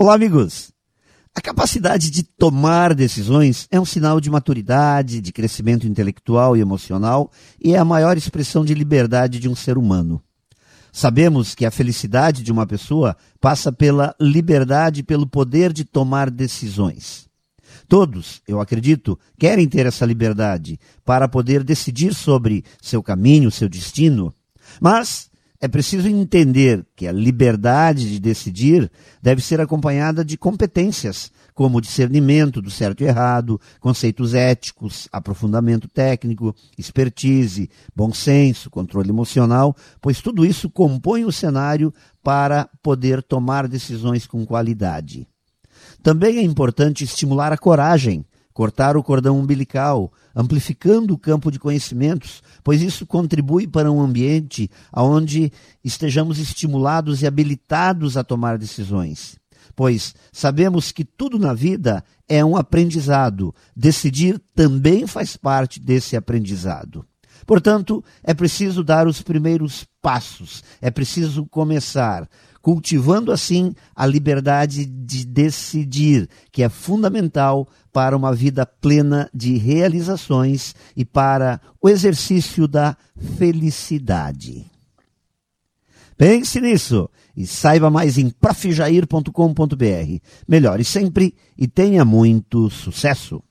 Olá, amigos! A capacidade de tomar decisões é um sinal de maturidade, de crescimento intelectual e emocional e é a maior expressão de liberdade de um ser humano. Sabemos que a felicidade de uma pessoa passa pela liberdade e pelo poder de tomar decisões. Todos, eu acredito, querem ter essa liberdade para poder decidir sobre seu caminho, seu destino, mas é preciso entender que a liberdade de decidir deve ser acompanhada de competências, como discernimento do certo e errado, conceitos éticos, aprofundamento técnico, expertise, bom senso, controle emocional, pois tudo isso compõe o cenário para poder tomar decisões com qualidade. Também é importante estimular a coragem, cortar o cordão umbilical, amplificando o campo de conhecimentos, pois isso contribui para um ambiente onde estejamos estimulados e habilitados a tomar decisões. Pois sabemos que tudo na vida é um aprendizado. Decidir também faz parte desse aprendizado. Portanto, é preciso dar os primeiros passos, é preciso começar, cultivando assim a liberdade de decidir, que é fundamental para uma vida plena de realizações e para o exercício da felicidade. Pense nisso e saiba mais em profjair.com.br. Melhore sempre e tenha muito sucesso!